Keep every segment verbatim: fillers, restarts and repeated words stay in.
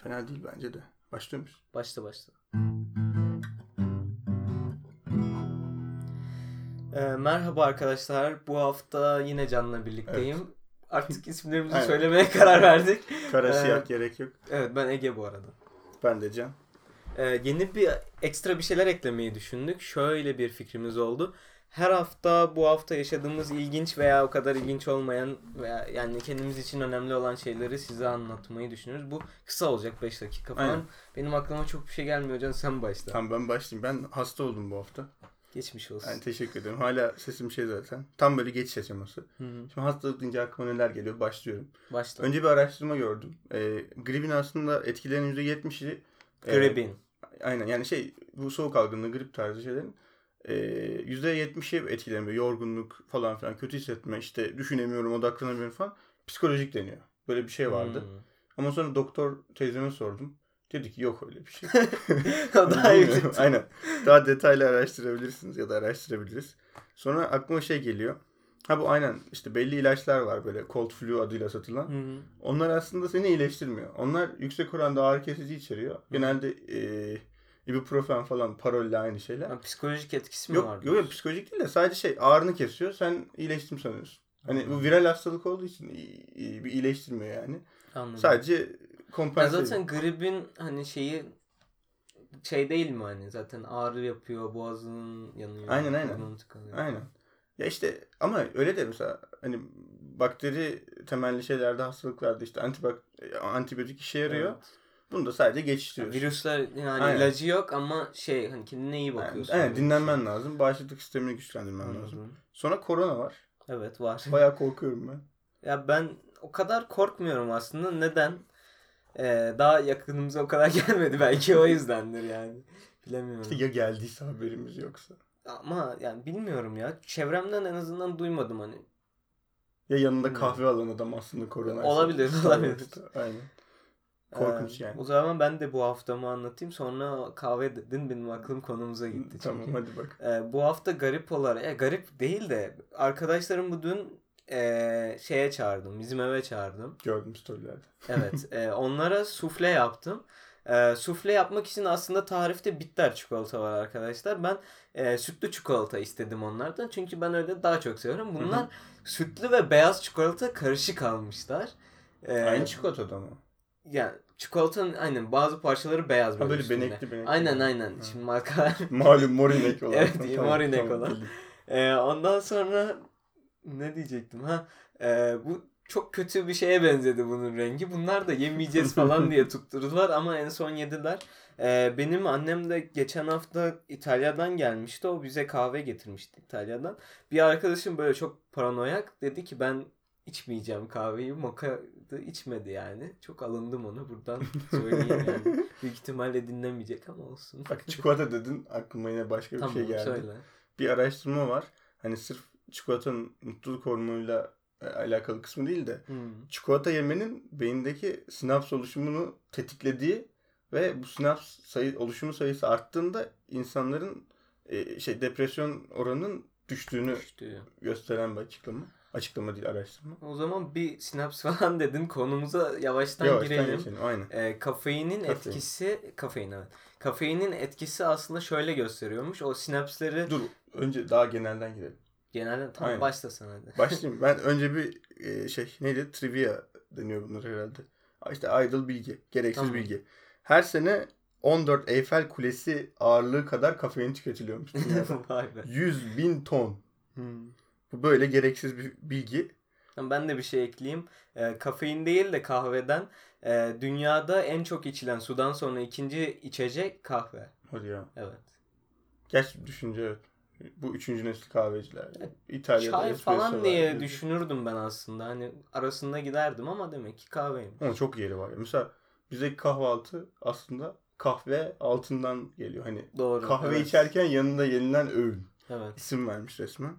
Fena değil bence de. Başlıyor muyuz? Başla başla. Ee, merhaba arkadaşlar. Bu hafta yine Can'la birlikteyim. Evet. Artık isimlerimizi söylemeye karar verdik. Kara siyah ee, gerek yok. Evet, ben Ege bu arada. Ben de Can. Ee, yeni bir ekstra bir şeyler eklemeyi düşündük. Şöyle bir fikrimiz oldu. Her hafta bu hafta yaşadığımız ilginç veya o kadar ilginç olmayan veya yani kendimiz için önemli olan şeyleri size anlatmayı düşünüyoruz. Bu kısa olacak, beş dakika falan. Aynen. Benim aklıma çok bir şey gelmiyor Can, sen başla. Tamam, ben başlayayım. Ben hasta oldum bu hafta. Geçmiş olsun. Yani teşekkür ederim. Hala sesim şey zaten. Tam böyle geçiş aşaması. Hı hı. Şimdi hastalık deyince aklıma neler geliyor? Başlıyorum. Başla. Önce bir araştırma gördüm. Ee, gripin aslında etkilerinin yüzde yetmişi gripin. E, aynen yani şey bu soğuk algınlığı, grip tarzı şeylerin e, yüzde yetmişi etkileniyor. Yorgunluk falan filan, kötü hissetme, işte düşünemiyorum, odaklanamıyorum falan. Psikolojik deniyor. Böyle bir şey vardı. Hmm. Ama sonra doktor teyzeme sordum. Dedi ki yok öyle bir şey. O daha iyi. Aynen. Daha detaylı araştırabilirsiniz ya da araştırabiliriz. Sonra aklıma şey geliyor. Ha bu aynen işte belli ilaçlar var böyle cold flu adıyla satılan. Hı-hı. Onlar aslında seni iyileştirmiyor. Onlar yüksek oranda ağrı kesici içeriyor. Hı-hı. Genelde e, ibuprofen falan, parolle aynı şeyler. Ha, psikolojik etkisi mi yok, var? Yok yok psikolojik değil de sadece şey ağrını kesiyor. Sen iyileştim sanıyorsun. Hani Hı-hı. bu viral hastalık olduğu için bir iyileştirmiyor yani. Anladım. Sadece kompanse. Ya zaten gripin hani şeyi şey değil mi hani zaten ağrı yapıyor, boğazının yanıyor. Aynen aynen. Aynen. Ya işte ama öyle de mesela hani bakteri temelli şeylerde, hastalıklarda işte antibak antibiyotik işe yarıyor. Evet. Bunu da sadece geçiştiriyorsun. Yani virüsler yani aynen. ilacı yok ama şey hani kendine iyi bakıyorsun. Aynen, aynen dinlenmen şey. lazım. Bağışıklık sistemini güçlendirmen Anladım. lazım. Sonra korona var. Evet var. Bayağı korkuyorum ben. Ya ben o kadar korkmuyorum aslında. Neden? Ee, daha yakınımıza o kadar gelmedi belki o yüzdendir yani. Bilemiyorum. Ya geldiyse haberimiz yoksa. Ama yani bilmiyorum ya. Çevremden en azından duymadım hani. Ya yanında kahve alan adam aslında korona. Olabilir, olabilir. Aynen. Korkunç ee, yani. O zaman ben de bu haftamı anlatayım. Sonra kahve dedin, benim aklım konumuza gitti çünkü. Tamam hadi bak. Ee, bu hafta garip olarak, ya garip değil de arkadaşlarım bu dün e, şeye çağırdım. Bizim eve çağırdım. Gördüm storylerde. Evet. E, onlara sufle yaptım. E, sufle yapmak için aslında tarifte bitter çikolata var arkadaşlar. Ben e, sütlü çikolata istedim onlardan. Çünkü ben öyle daha çok seviyorum. Bunlar sütlü ve beyaz çikolata karışık almışlar. E, Aynı çikolata mı? Yani çikolatanın aynen bazı parçaları beyaz böyle, ha, böyle üstünde. benekli benekli. Aynen aynen. Ha. Şimdi markalar. Malum mor inek olan. Evet tamam, mor inek tamam, olan. E, ondan sonra ne diyecektim ha? E, bu çok kötü bir şeye benzedi bunun rengi. Bunlar da yemeyeceğiz falan diye tutturdular ama en son yediler. Ee, benim annem de geçen hafta İtalya'dan gelmişti. O bize kahve getirmişti İtalya'dan. Bir arkadaşım böyle çok paranoyak dedi ki ben içmeyeceğim kahveyi. Mocha da içmedi yani. Çok alındım onu buradan söyleyeyim yani. Büyük ihtimalle dinlemeyecek ama olsun. Bak çikolata dedin aklıma yine başka bir tamam, şey geldi. Söyle. Bir araştırma var. Hani sırf çikolatanın mutluluk hormonuyla alakalı kısmı değil de hmm. çikolata yemenin beyindeki sinaps oluşumunu tetiklediği ve bu sinaps sayı oluşumu sayısı arttığında insanların e, şey depresyon oranının düştüğünü Düştüğü. gösteren bir açıklama. Açıklama değil, araştırma. O zaman bir sinaps falan dedin, konumuza yavaştan, yavaştan girelim. Geçelim, aynen. E, kafeinin Kafein. etkisi kafein evet. Kafeinin etkisi aslında şöyle gösteriyormuş. O sinapsları Dur önce daha genelden girelim. Genelde tam Aynen. başlasın hadi. Başlayayım. Ben önce bir e, şey neydi? Trivia deniyor bunlar herhalde. İşte idle bilgi. Gereksiz tamam. bilgi. Her sene on dört Eyfel Kulesi ağırlığı kadar kafein tüketiliyormuş. Vay be. yüz bin ton. Hmm. Bu böyle gereksiz bir bilgi. Ben de bir şey ekleyeyim. E, kafein değil de kahveden. E, dünyada en çok içilen sudan sonra ikinci içecek kahve. Hadi ya. Evet. Gerçi düşünce evet. Bu üçüncü nesil kahveciler. İtalya'da çay falan diye var. Düşünürdüm ben aslında. Hani arasında giderdim ama demek ki kahveymiş. Ama çok yeri var. Mesela bizdeki kahvaltı aslında kahve altından geliyor. Hani Doğru, kahve evet. içerken yanında yenilen öğün. Evet. İsim vermiş resmen.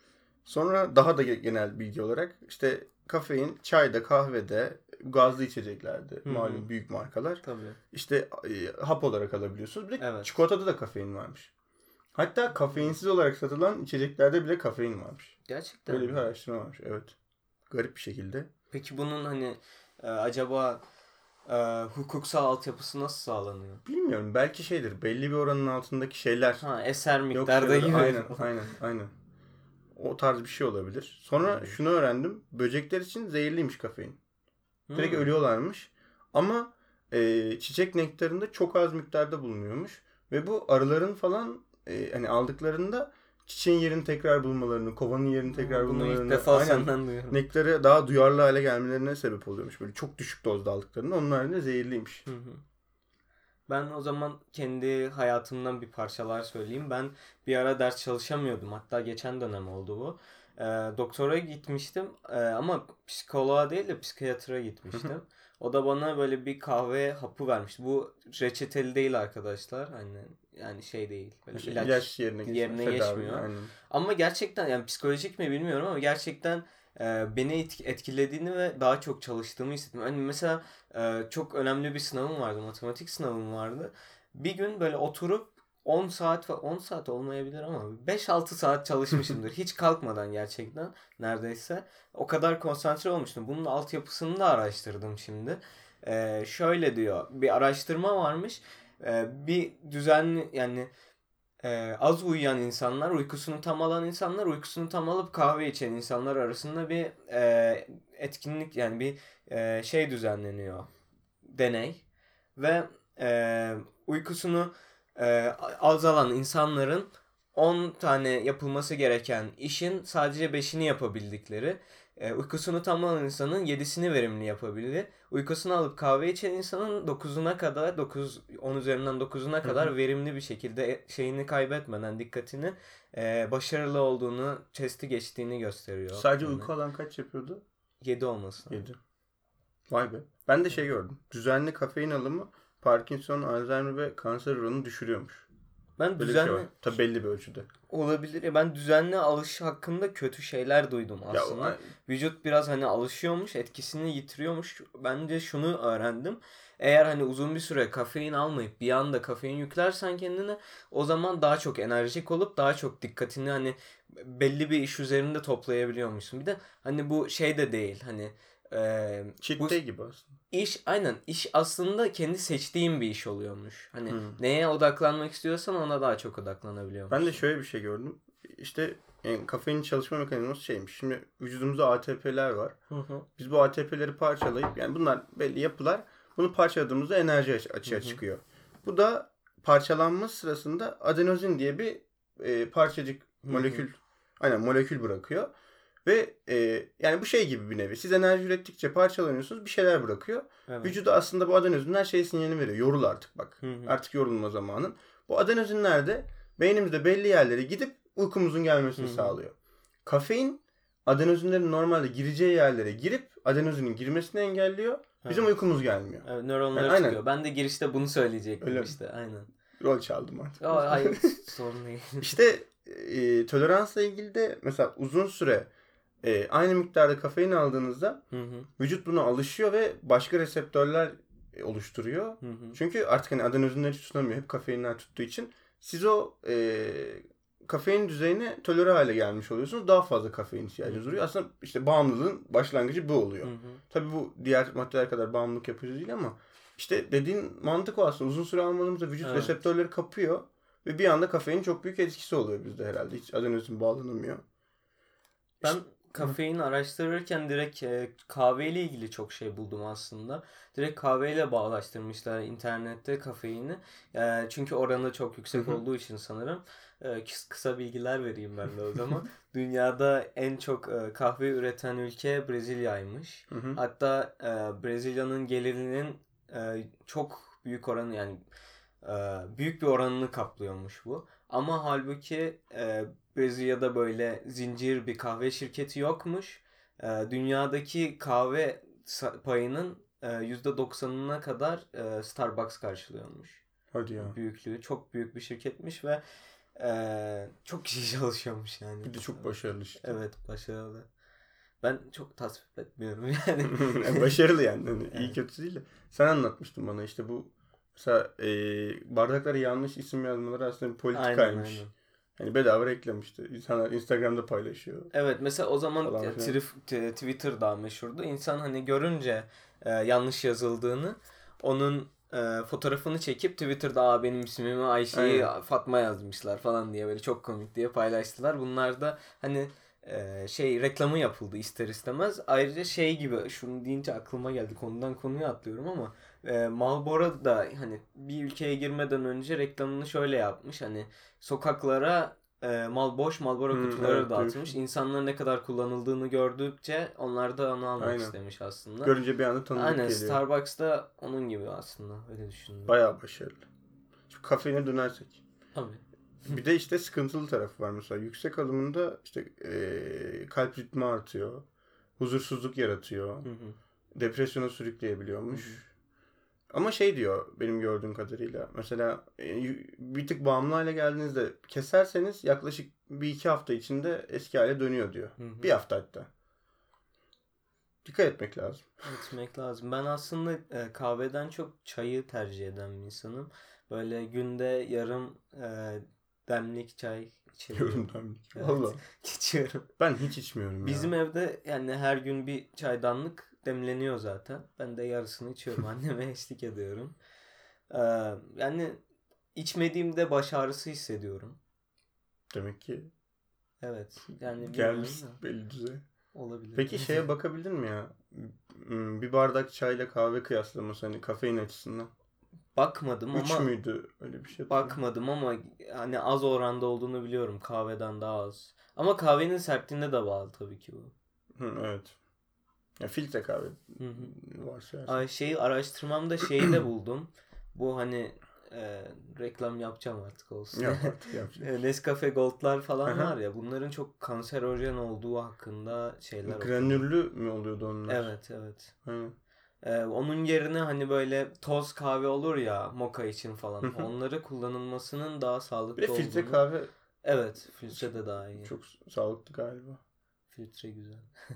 Sonra daha da genel bilgi olarak işte kafein çayda, kahvede, gazlı içeceklerde Hı-hı. malum büyük markalar. Tabii. İşte e, hap olarak alabiliyorsunuz. Bir de evet. çikolatada da kafein varmış. Hatta kafeinsiz olarak satılan içeceklerde bile kafein varmış. Gerçekten Böyle mi? bir araştırma varmış. Evet. Garip bir şekilde. Peki bunun hani e, acaba Ee, hukuksal altyapısı nasıl sağlanıyor? Bilmiyorum. Belki şeydir. Belli bir oranın altındaki şeyler. Ha, eser miktarda gibi. gibi. Aynen, aynen, aynen. O tarz bir şey olabilir. Sonra hmm. şunu öğrendim. Böcekler için zehirliymiş kafein. Direkt hmm. ölüyorlarmış. Ama e, çiçek nektarında çok az miktarda bulunuyormuş. Ve bu arıların falan e, hani aldıklarında çiçeğin yerini tekrar bulmalarını, kovanın yerini tekrar Bunu bulmalarını, ilk defa senden duyuyorum. nektarı daha duyarlı hale gelmelerine sebep oluyormuş. Böyle çok düşük dozda aldıklarında. Onun haricinde zehirliymiş. Hı hı. Ben o zaman kendi hayatımdan bir parçalar söyleyeyim. Ben bir ara ders çalışamıyordum. Hatta geçen dönem oldu bu. E, doktora gitmiştim e, ama psikoloğa değil de psikiyatra gitmiştim. O da bana böyle bir kahve hapı vermişti. Bu reçeteli değil arkadaşlar. Hani yani şey değil. Böyle işte ilaç, ilaç yerine, yerine geçmiyor. Aynen. Ama gerçekten yani psikolojik mi bilmiyorum ama gerçekten e, beni etkilediğini ve daha çok çalıştığımı hissettim. Hani mesela e, çok önemli bir sınavım vardı. Matematik sınavım vardı. Bir gün böyle oturup on saat ve on saat olmayabilir ama beş altı saat çalışmışımdır. Hiç kalkmadan gerçekten neredeyse. O kadar konsantre olmuştum. Bunun altyapısını da araştırdım şimdi. Ee, şöyle diyor. Bir araştırma varmış. Ee, bir düzenli yani e, az uyuyan insanlar, uykusunu tam alan insanlar, uykusunu tam alıp kahve içen insanlar arasında bir e, etkinlik yani bir e, şey düzenleniyor. Deney. Ve e, uykusunu Ee, azalan insanların on tane yapılması gereken işin sadece beşini yapabildikleri, e, uykusunu tamamen insanın yedisini verimli yapabildi. Uykusunu alıp kahve içen insanın dokuzuna kadar, dokuz on üzerinden dokuzuna kadar Hı-hı. verimli bir şekilde şeyini kaybetmeden dikkatini e, başarılı olduğunu, testi geçtiğini gösteriyor. Sadece yani. Uyku alan kaç yapıyordu? yedi olması. yedi. Vay be. Ben de şey gördüm. Düzenli kafein alımı Parkinson, Alzheimer ve kanser oranını düşürüyormuş. Ben Böyle düzenli... Şey Tabii belli bir ölçüde. Olabilir ya. Ben düzenli alış hakkında kötü şeyler duydum aslında. Ya, vücut biraz hani alışıyormuş, etkisini yitiriyormuş. Ben de şunu öğrendim. Eğer hani uzun bir süre kafein almayıp bir anda kafein yüklersen kendine o zaman daha çok enerjik olup daha çok dikkatini hani belli bir iş üzerinde toplayabiliyormuşsun. Bir de hani bu şey de değil hani Ee, Cheat day gibi aslında. İş aynen iş aslında kendi seçtiğin bir iş oluyormuş. Hani hmm. neye odaklanmak istiyorsan ona daha çok odaklanabiliyormuş. Ben de şöyle bir şey gördüm. İşte yani kafeinin çalışma mekanizması şeymiş. Şimdi vücudumuzda A T P'ler var. Hı hı. Biz bu A T P'leri parçalayıp yani bunlar belli yapılar. Bunu parçaladığımızda enerji aç- açığa hı hı. çıkıyor. Bu da parçalanma sırasında adenozin diye bir e, parçacık molekül hı hı. aynen molekül bırakıyor. Ve e, yani bu şey gibi bir nevi. Siz enerji ürettikçe parçalanıyorsunuz. Bir şeyler bırakıyor. Evet. Vücuda aslında bu adenozinler şey sinyalini veriyor. Yorul artık bak. Hı hı. Artık yorulma zamanın. Bu adenozinler de beynimizde belli yerlere gidip uykumuzun gelmesini hı hı. sağlıyor. Kafein adenozinlerin normalde gireceği yerlere girip adenozinin girmesini engelliyor. Bizim evet. uykumuz gelmiyor. Evet, nöronları yani, çıkıyor. Ben de girişte bunu söyleyecektim Öyle işte. Aynen. Rol çaldım artık. Aa, hayır sorun değil. İşte e, toleransla ilgili de mesela uzun süre E, aynı miktarda kafein aldığınızda hı hı. vücut buna alışıyor ve başka reseptörler oluşturuyor. Hı hı. Çünkü artık hani adenozinleri tutunamıyor. Hep kafeinler tuttuğu için. Siz o e, kafein düzeyine tolere hale gelmiş oluyorsunuz. Daha fazla kafein ihtiyacınız oluyor. Aslında işte bağımlılığın başlangıcı bu oluyor. Hı hı. Tabii bu diğer maddeler kadar bağımlılık yapıcı değil ama işte dediğin mantık o aslında. Uzun süre almadığımızda vücut evet. reseptörleri kapıyor ve bir anda kafeinin çok büyük etkisi oluyor bizde herhalde. Hiç adenozin bağlanamıyor. Ben işte, kafein araştırırken direkt e, kahveyle ilgili çok şey buldum aslında. Direkt kahveyle bağlaştırmışlar internette kafeini. E, çünkü oranı çok yüksek hı hı. olduğu için sanırım. E, kısa bilgiler vereyim ben de o zaman. Dünyada en çok e, kahve üreten ülke Brezilya'ymış. Hı hı. Hatta e, Brezilya'nın gelirinin e, çok büyük oranı yani e, büyük bir oranını kaplıyormuş bu. Ama halbuki e, Brezilya'da böyle zincir bir kahve şirketi yokmuş. E, dünyadaki kahve payının e, yüzde doksanına kadar e, Starbucks karşılıyormuş. Hadi ya. Büyüklüğü çok büyük bir şirketmiş ve e, çok kişi çalışıyormuş yani. Bir de çok başarılı işte. Evet başarılı. Ben çok tasvip etmiyorum yani. yani başarılı yani. yani evet. İyi kötü değil de. Sen anlatmıştın bana işte bu mesela e, bardaklara yanlış isim yazmaları aslında bir politikaymış. Aynen, aynen. Yani bedava reklam işte. İnsanlar Instagram'da paylaşıyor. Evet mesela o zaman trif, t- Twitter daha meşhurdu. İnsan hani görünce e, yanlış yazıldığını. Onun e, fotoğrafını çekip Twitter'da Aa, benim ismimi Ayşe'yi Aynen. Fatma yazmışlar falan diye böyle çok komik diye paylaştılar. Bunlar da hani e, şey reklamı yapıldı ister istemez. Ayrıca şey gibi şunu deyince aklıma geldi, konudan konuya atlıyorum ama e, Marlboro da hani bir ülkeye girmeden önce reklamını şöyle yapmış. Hani sokaklara e, mal boş Marlboro hmm, kutuları evet, dağıtmış. İnsanların ne kadar kullanıldığını gördükçe onlar da onu almak Aynen. istemiş aslında. Görünce bir anda tanıdık Aynen, geliyor. Starbucks'ta onun gibi aslında, öyle düşündüm. Bayağı başarılı. Şu kafeine dönersek. Tabii. Bir de işte sıkıntılı tarafı var mesela. Yüksek alımında işte e, kalp ritmi artıyor. Huzursuzluk yaratıyor. Hı hı. Depresyona sürükleyebiliyormuş. Hı hı. Ama şey diyor benim gördüğüm kadarıyla. Mesela e, bir tık bağımlı hale geldiğinizde keserseniz yaklaşık bir iki hafta içinde eski hale dönüyor diyor. Hı hı. Bir hafta hatta. Dikkat etmek lazım. Etmek lazım. Ben aslında e, kahveden çok çayı tercih eden bir insanım. Böyle günde yarım e, demlik çay içiyorum. Yarım demlik. Evet, Valla. Geçiyorum. Ben hiç içmiyorum Bizim ya. evde yani her gün bir çaydanlık demleniyor zaten. Ben de yarısını içiyorum. Anneme eşlik ediyorum. Ee, yani içmediğimde baş ağrısı hissediyorum. Demek ki. Evet. Yani gelmiş belli düzey. Olabilir. Peki şeye bakabildin mi ya? Bir bardak çayla kahve kıyaslaması hani kafein açısından. Bakmadım Üç ama. Üç müydü öyle bir şey? Bakmadım ama hani az oranda olduğunu biliyorum. Kahveden daha az. Ama kahvenin sertliğine de bağlı tabii ki bu. Hı, evet. Ya filtre kahve varsa. Ay, şeyi araştırmamda şeyi de buldum. Bu hani e, reklam yapacağım artık olsun. Yap artık yapacağım. Nescafe Gold'lar falan var ya, bunların çok kanserojen olduğu hakkında şeyler. Granüllü okudum. Mü oluyordu onlar? Evet evet. Hı. Ee, onun yerine hani böyle toz kahve olur ya moka için falan. Onları kullanılmasının daha sağlıklı olduğunu. Bir de filtre olduğunu... kahve. Evet, filtre de daha iyi. Çok sağlıklı galiba. Filtre güzel.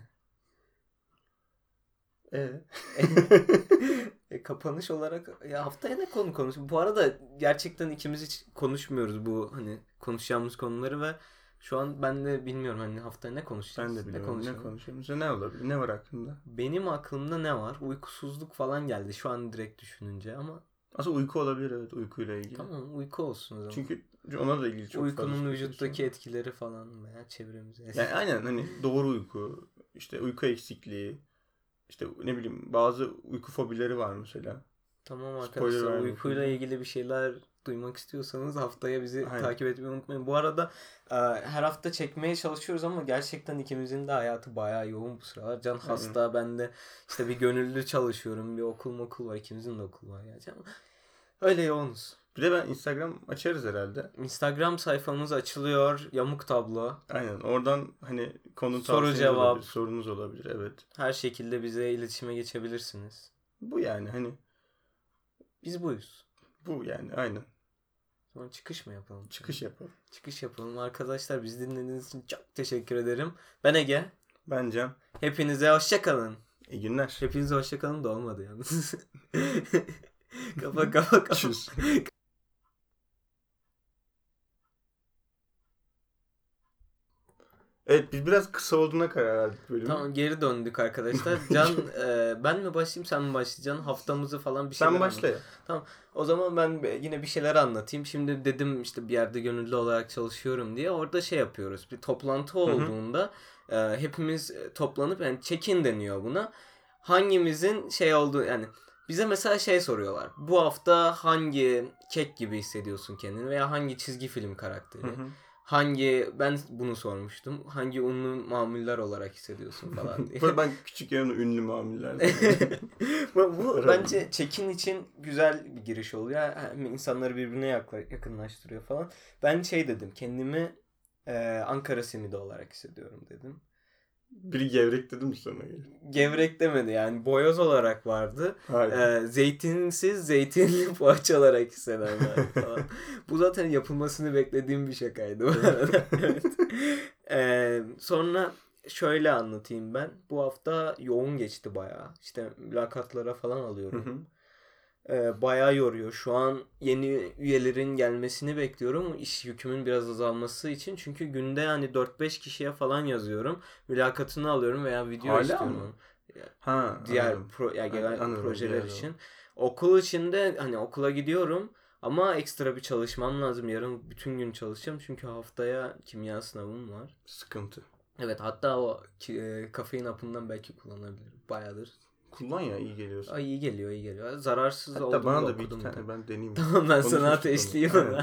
Ee? e, kapanış olarak ya haftaya ne konu konuş? Bu arada gerçekten ikimiz hiç konuşmuyoruz bu hani konuşacağımız konuları ve şu an ben de bilmiyorum hani haftaya ne konuşacağız. Ben de bilmiyorum ne, ne konuşalım. Ne olabilir? Ne var aklında? Benim aklımda ne var? Uykusuzluk falan geldi şu an direkt düşününce ama. Aslında uyku olabilir, evet, uykuyla ilgili. Tamam, uyku olsun o zaman. Çünkü ona da ilgili çok Uykunun fazla. Uykunun vücuttaki şey etkileri falan veya çevremize. Yani aynen hani doğru uyku, işte uyku eksikliği, işte ne bileyim bazı uyku fobileri var mesela. Tamam arkadaşlar, uykuyla ilgili bir şeyler duymak istiyorsanız haftaya bizi Aynen. takip etmeyi unutmayın. Bu arada her hafta çekmeye çalışıyoruz ama gerçekten ikimizin de hayatı bayağı yoğun bu sıralar. Can hasta, Aynen. Ben de işte bir gönüllü çalışıyorum. Bir okul okul var. İkimizin de okulu var gerçi ama öyle yoğunuz. Bir de ben Instagram açarız herhalde. Instagram sayfamız açılıyor. Yamuk tablo. Aynen. Oradan hani konu soru cevap olabilir, sorunuz olabilir. Evet. Her şekilde bize iletişime geçebilirsiniz. Bu yani hani biz buyuz. Bu yani aynen. Sonra çıkış mı yapalım? Çıkış yapalım. Çıkış yapalım. Arkadaşlar bizi dinlediğiniz için çok teşekkür ederim. Ben Ege. Ben Can. Hepinize hoşça kalın. İyi günler. Hepinize hoşça kalın da olmadı yalnız. Kapa kapa kapa. Tschüss. Evet, biz biraz kısa olduğuna karar verdik bölümü. Tamam, geri döndük arkadaşlar. Can e, ben mi başlayayım sen mi başlayacaksın? Haftamızı falan bir şeyler Sen başla ya. Tamam. O zaman ben yine bir şeyler anlatayım. Şimdi dedim işte bir yerde gönüllü olarak çalışıyorum diye. Orada şey yapıyoruz. Bir toplantı olduğunda e, hepimiz toplanıp yani check-in deniyor buna. Hangimizin şey olduğu yani bize mesela şey soruyorlar. Bu hafta hangi kek gibi hissediyorsun kendini veya hangi çizgi film karakteri? Hı hı. Hangi ben bunu sormuştum. Hangi ünlü mamuller olarak hissediyorsun falan diye. Ben küçükken ünlü mamuller. bu bu bence check-in için güzel bir giriş oluyor. Hem insanları birbirine yakınlaştırıyor falan. Ben şey dedim. Kendimi e, Ankara simidi olarak hissediyorum dedim. Biri gevrek dedim mi sana? Gevrek demedi yani. Boyoz olarak vardı. Ee, zeytinsiz zeytinli poğaça olarak hissedenler falan. Bu zaten yapılmasını beklediğim bir şakaydı bu arada. Evet. Ee, sonra şöyle anlatayım ben. Bu hafta yoğun geçti bayağı. İşte mülakatlara falan alıyorum. Hı hı. Ee, bayağı yoruyor. Şu an yeni üyelerin gelmesini bekliyorum. İş yükümün biraz azalması için. Çünkü günde yani dört beş kişiye falan yazıyorum. Mülakatını alıyorum veya video Hala istiyorum. mı? Ha, diğer pro, yani gelen anladım, projeler için. Okul içinde hani okula gidiyorum ama ekstra bir çalışmam lazım. Yarın bütün gün çalışacağım çünkü haftaya kimya sınavım var. Sıkıntı. Evet, hatta o e, kafein hapından belki kullanabilirim. Bayağıdır. Kullan ya, iyi geliyorsun. Ay, iyi geliyor iyi geliyor. Zararsız hatta olduğunu bana da da bir okudum. tane ben deneyeyim. Tamam, ben sana ateşleyeyim onu.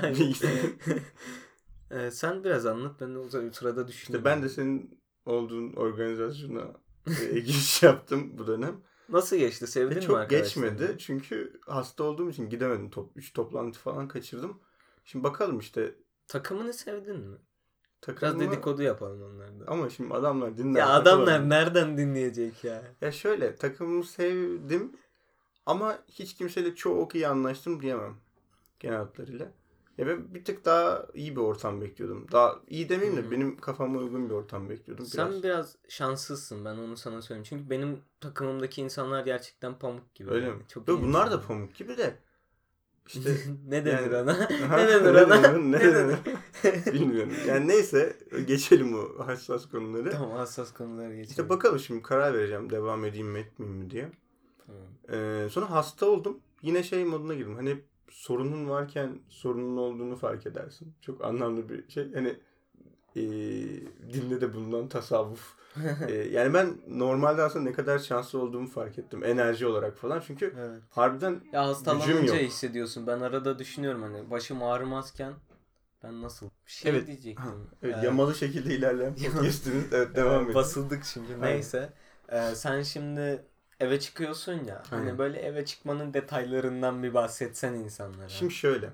Evet. Sen biraz anlat, ben o sırada düşünüyorum. İşte ben de senin olduğun organizasyona e, giriş yaptım bu dönem. Nasıl geçti? Sevdin e, mi çok arkadaşlarını? geçmedi çünkü hasta olduğum için gidemedim. Top, üç toplantı falan kaçırdım. Şimdi bakalım işte. Takımını sevdin mi? Takımı... Biraz dedikodu yapalım onlarda. Ama şimdi adamlar dinler. Ya adamlar falan nereden dinleyecek ya? Ya şöyle, takımımı sevdim ama hiç kimseyle çok iyi anlaştım diyemem genel hatlarıyla. Ya ben bir tık daha iyi bir ortam bekliyordum. Daha iyi demeyeyim de hmm. benim kafama uygun bir ortam bekliyordum. Sen biraz, biraz şanslısın, ben onu sana söyleyeyim. Çünkü benim takımımdaki insanlar gerçekten pamuk gibi. Öyle yani. mi? Çok Yok, bunlar da pamuk gibi de. İşte ne denir yani, ona? ne denir ona? Ne denir? Bilmiyorum. Yani neyse, geçelim o hassas konuları. Tamam, hassas konuları geçelim. İşte bakalım, şimdi karar vereceğim devam edeyim mi etmeyeyim mi diye. Tamam. Ee, sonra hasta oldum. Yine şey moduna girdim. Hani sorunun varken sorunun olduğunu fark edersin. Çok anlamlı bir şey. Hani e, dinde de bulunan tasavvuf. e, yani ben normalde aslında ne kadar şanslı olduğumu fark ettim. Enerji olarak falan. Çünkü evet. harbiden ya hastalanınca hissediyorsun. Ben arada düşünüyorum hani başım ağrımazken ben nasıl bir şey evet. diyecektim. Evet, ee, yamalı şekilde ilerleyen podcast'imiz. Evet, devam edelim. Basıldık şimdi. Neyse. Ee, sen şimdi eve çıkıyorsun ya. Aynen. Hani böyle eve çıkmanın detaylarından bir bahsetsen insanlara. Şimdi şöyle.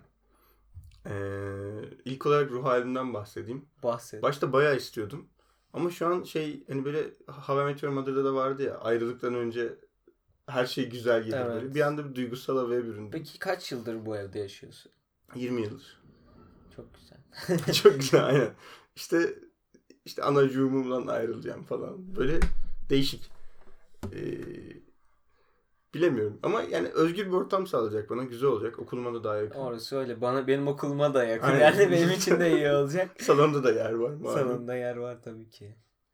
Ee, ilk olarak ruh halimden bahsedeyim. Bahset. Başta bayağı istiyordum. Ama şu an şey, hani böyle How I Met Your Mother'da da vardı ya, ayrılıktan önce her şey güzel gelir evet. böyle. Bir anda bir duygusal havaya büründüm. Peki kaç yıldır bu evde yaşıyorsun? yirmi yıldır. Çok güzel. Çok güzel, aynen. İşte işte anacığımdan ayrılacağım falan. Böyle değişik. Ee, bilemiyorum ama yani özgür bir ortam sağlayacak bana. Güzel olacak. Okuluma da daha yakın. Orası öyle. Bana, benim okuluma da yakın. Aynen. Yani benim için de iyi olacak. Salonda da yer var. Malum. Salonda yer var tabii ki.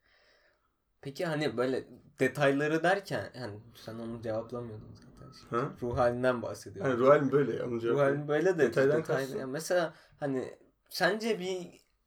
Peki hani böyle detayları derken yani sen onu cevaplamıyordun zaten. Ha? Ruh halinden bahsediyorum. Hani ruh halim böyle. Ruh halim böyle de. Detaydan detay, yani mesela hani sence bir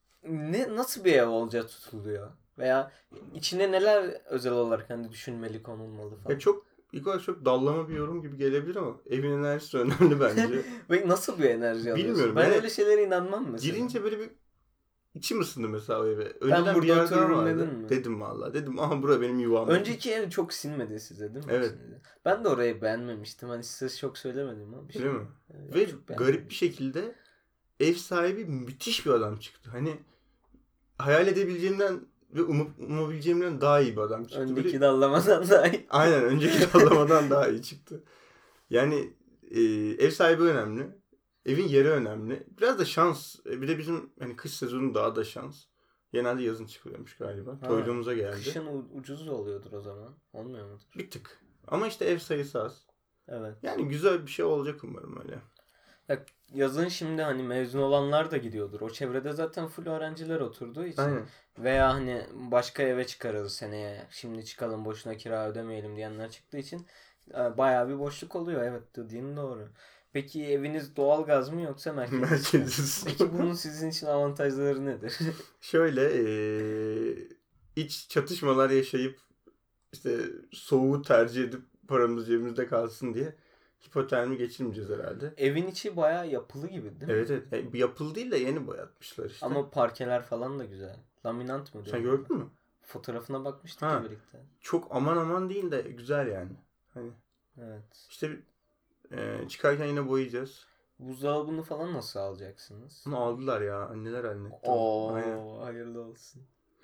ne nasıl bir ev olacağı tutuluyor? Veya içine neler özel olarak hani düşünmeli, konulmalı falan? Ya çok İlk olarak çok dallama bir yorum gibi gelebilir ama evin enerjisi önemli bence. Ve nasıl bir enerji alıyorsun? Bilmiyorum. Ben yani öyle şeylere inanmam mesela. Girince böyle bir içim ısındı mesela o eve. Önceden ben burada otururum dedin mi? Dedim valla. Dedim aha bura benim yuvam. Önceki ev çok sinmedi size değil mi? Evet. Sinmedi. Ben de orayı beğenmemiştim. Hani size çok söylemedim ama. Değil mi? Evet, ve garip bir şekilde ev sahibi müthiş bir adam çıktı. Hani hayal edebileceğimden ve umup, umabileceğimden daha iyi bir adam çıktı. Önceki böyle... dallamadan daha iyi. Aynen, önceki dallamadan daha iyi çıktı. Yani e, ev sahibi önemli. Evin yeri önemli. Biraz da şans. Bir de bizim hani kış sezonu daha da şans. Genelde yazın çıkıyormuş galiba. Ha, Toyluğumuza geldi. Kışın ucuz oluyordur o zaman. Olmuyor mudur? Bir tık. Ama işte ev sayısı az. Evet. Yani güzel bir şey olacak umarım öyle. Ya yazın şimdi hani mezun olanlar da gidiyordur. O çevrede zaten full öğrenciler oturduğu için. Aynen. Veya hani başka eve çıkarız seneye. Şimdi çıkalım boşuna kira ödemeyelim diyenler çıktığı için bayağı bir boşluk oluyor. Evet, dediğin doğru. Peki eviniz doğalgaz mı yoksa merkezi? Merkeziz. Peki bunun sizin için avantajları nedir? Şöyle ee, iç çatışmalar yaşayıp işte soğuğu tercih edip paramız cebimizde kalsın diye hipotermi geçirmeyeceğiz herhalde. Evin içi bayağı yapılı gibi değil mi? Evet evet. Yani yapılı değil de yeni boyatmışlar işte. Ama parkeler falan da güzel. Laminant mı diyor? Sen gördün mü? Fotoğrafına bakmıştık ha. ya birlikte. Çok aman aman değil de güzel yani. Hani. Evet. İşte e, çıkarken yine boyayacağız. Buzdolabını falan nasıl alacaksınız? Bunu aldılar ya. Anneler halletti. Oo, hayırlı olsun.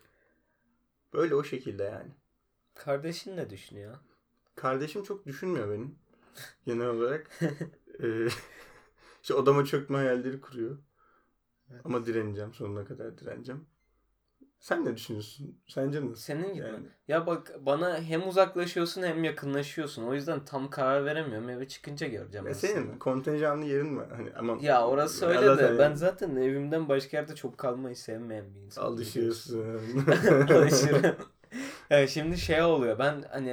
Böyle o şekilde yani. Kardeşin ne düşünüyor? Kardeşim çok düşünmüyor benim. Genel olarak. ee, işte odama çökme hayalleri kuruyor. Evet. Ama direneceğim. Sonuna kadar direneceğim. Sen ne düşünüyorsun? Sence nasıl? Senin gibi. Yani. Ya bak, bana hem uzaklaşıyorsun hem yakınlaşıyorsun. O yüzden tam karar veremiyorum. Eve çıkınca göreceğim. Ya senin kontenjanlı yerin var. Hani ama ya orası öyle de sen... ben zaten evimden başka yerde çok kalmayı sevmeyen bir insanım. Alışıyorsun. Alışırım. Yani şimdi şey oluyor. Ben hani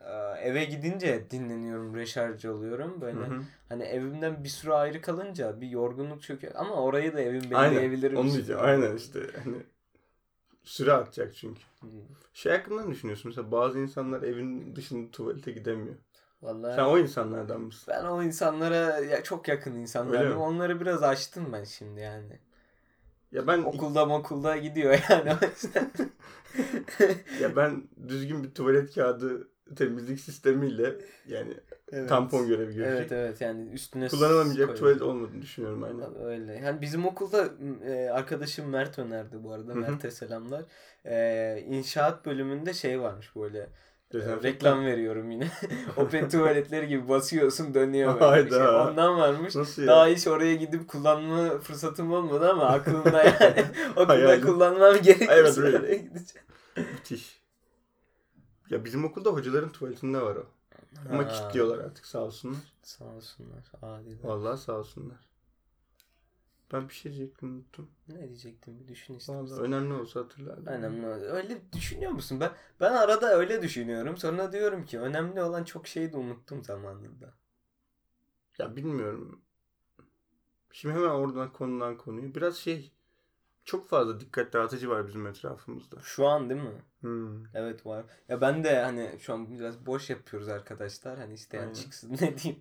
eve gidince dinleniyorum, reşarj oluyorum. Böyle hı hı. Hani evimden bir süre ayrı kalınca bir yorgunluk çöküyor. Ama orayı da evim belirleyebilirim. Aynen. Onu diyeceğim. Aynen işte. Hani süre atacak çünkü. Hı. Şey hakkında ne düşünüyorsun? Mesela bazı insanlar evin dışında tuvalete gidemiyor. Vallahi sen o insanlardan mısın? Ben o insanlara ya çok yakın insanlardım. Onları biraz açtım ben şimdi yani. Ya ben okulda okulda gidiyor yani o yüzden. Ya ben düzgün bir tuvalet kağıdı temizlik sistemiyle yani evet. Tampon görevi görecek. Evet evet yani üstüne kullanılamayacak tuvalet olmadığını düşünüyorum aynen. Öyle. Yani bizim okulda e, arkadaşım Mert önerdi bu arada. Mert'e selamlar. E, inşaat bölümünde şey varmış böyle. E, reklam veriyorum yine. Open tuvaletleri gibi basıyorsun dönüyor böyle bir şey. Ondan varmış. Daha hiç oraya gidip kullanma fırsatım olmadı ama aklımda yani. Okulda kullanmam gerekirse evet, oraya gideceğim. Müthiş. Ya bizim okulda hocaların tuvaletinde var o. Ama ha. Kilitliyorlar artık sağ olsunlar. Sağ olsunlar. Adiler. Vallahi sağ olsunlar. Ben bir şey diyecektim unuttum. Ne diyecektim bir düşün istersen. Vallahi önemli olsa hatırlardım. Önemli olsa. Öyle düşünüyor musun? Ben ben arada öyle düşünüyorum. Sonra diyorum ki önemli olan çok şeyi de unuttum zamanında. Ya bilmiyorum. Şimdi hemen oradan konudan konuyu. Biraz şey çok fazla dikkat dağıtıcı var bizim etrafımızda. Şu an değil mi? Hmm. Evet var. Ya ben de hani şu an biraz boş yapıyoruz arkadaşlar. Hani isteyen aynen. Çıksın ne diyeyim.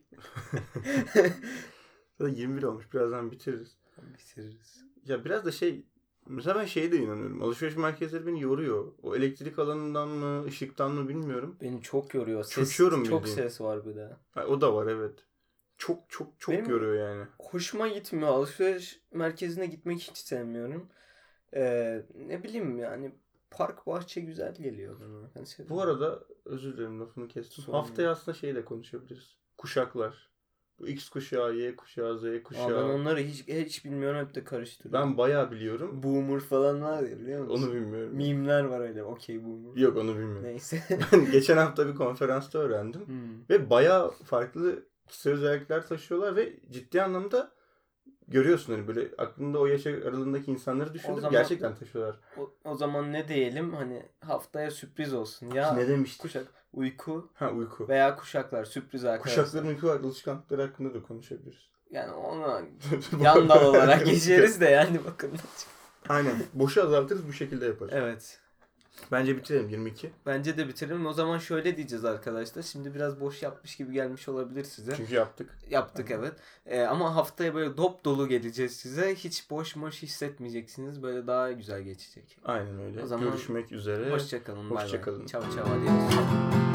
Zaten yirmi bir olmuş. Birazdan bitiririz. Bitiririz. Ya biraz da şey mesela ben şeye de inanıyorum. Alışveriş merkezleri beni yoruyor. O elektrik alanından mı, ışıktan mı bilmiyorum. Beni çok yoruyor. Ses, Çöküyorum çok bildiğin. Ses var bir de. Ha, o da var evet. Çok çok çok benim yoruyor yani. Hoşuma gitmiyor. Alışveriş merkezine gitmek hiç sevmiyorum. Ee, ne bileyim yani park bahçe güzel geliyor bana. Ben bu arada özür dilerim lafını kestim. Sonra haftaya aslında şeyi de konuşabiliriz. Kuşaklar. Bu X kuşağı, Y kuşağı, Z kuşağı. Aa, ben onları hiç hiç bilmiyorum, hep de karıştırıyorum. Ben bayağı biliyorum. Boomer falan var ya biliyor musun? Onu bilmiyorum. Meme'ler var öyle. Okey boomer. Yok onu bilmiyorum. Neyse. Ben geçen hafta bir konferansta öğrendim. Hmm. Ve bayağı farklı kişisel özellikler taşıyorlar ve ciddi anlamda görüyorsun hani böyle aklında o yaş aralığındaki insanları düşündüğünde gerçekten taşıyorlar. O, o zaman ne diyelim hani haftaya sürpriz olsun ya. Ne demiştik? Kuşak, uyku. Ha uyku. Veya kuşaklar sürpriz arkadaşlar. Kuşakların uyku alışkanlıkları hakkında da konuşabiliriz. Yani ona yan dal olarak geçeriz de yani bakın. Aynen. Boşu azaltırız bu şekilde yaparız. Evet. Bence bitirelim yirmi iki. Bence de bitirelim. O zaman şöyle diyeceğiz arkadaşlar. Şimdi biraz boş yapmış gibi gelmiş olabilir size. Çünkü yaptık. Yaptık evet. Ee, ama haftaya böyle dop dolu geleceğiz size. Hiç boş boş hissetmeyeceksiniz. Böyle daha güzel geçecek. Aynen öyle. O zaman görüşmek üzere. Hoşçakalın. Hoşçakalın. Çao çao. Adios.